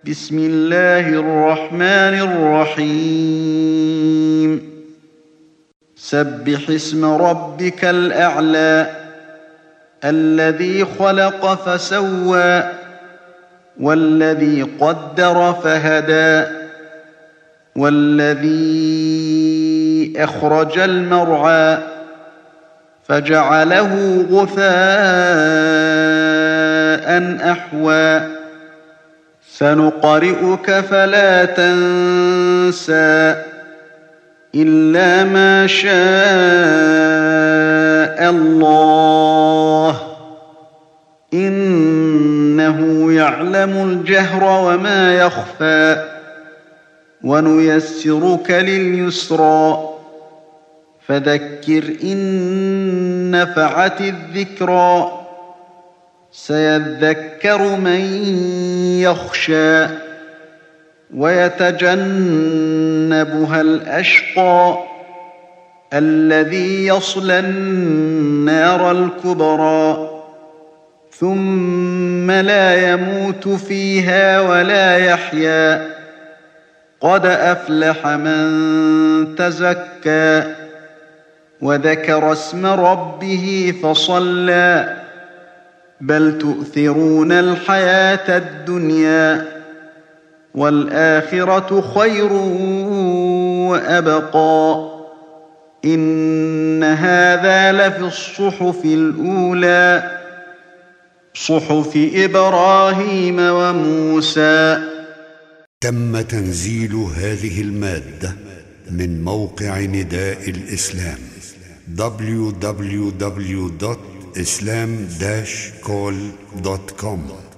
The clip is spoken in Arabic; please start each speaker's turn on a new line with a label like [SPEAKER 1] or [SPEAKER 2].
[SPEAKER 1] بسم الله الرحمن الرحيم سبح اسم ربك الأعلى الذي خلق فسوى والذي قدر فهدى والذي أخرج المرعى فجعله غثاء أحوى سنقرئك فلا تنسى إلا ما شاء الله إنه يعلم الجهر وما يخفى ونيسرك لليسرى فذكر إن نفعت الذكرى سيذكر من يخشى ويتجنبها الأشقى الذي يصلى النار الكبرى ثم لا يموت فيها ولا يحيا قد أفلح من تزكى وذكر اسم ربه فصلى بل تؤثرون الحياة الدنيا والآخرة خير وأبقى إن هذا لفي الصحف الأولى صحف إبراهيم وموسى.
[SPEAKER 2] تم تنزيل هذه المادة من موقع نداء الإسلام www.islam-call.com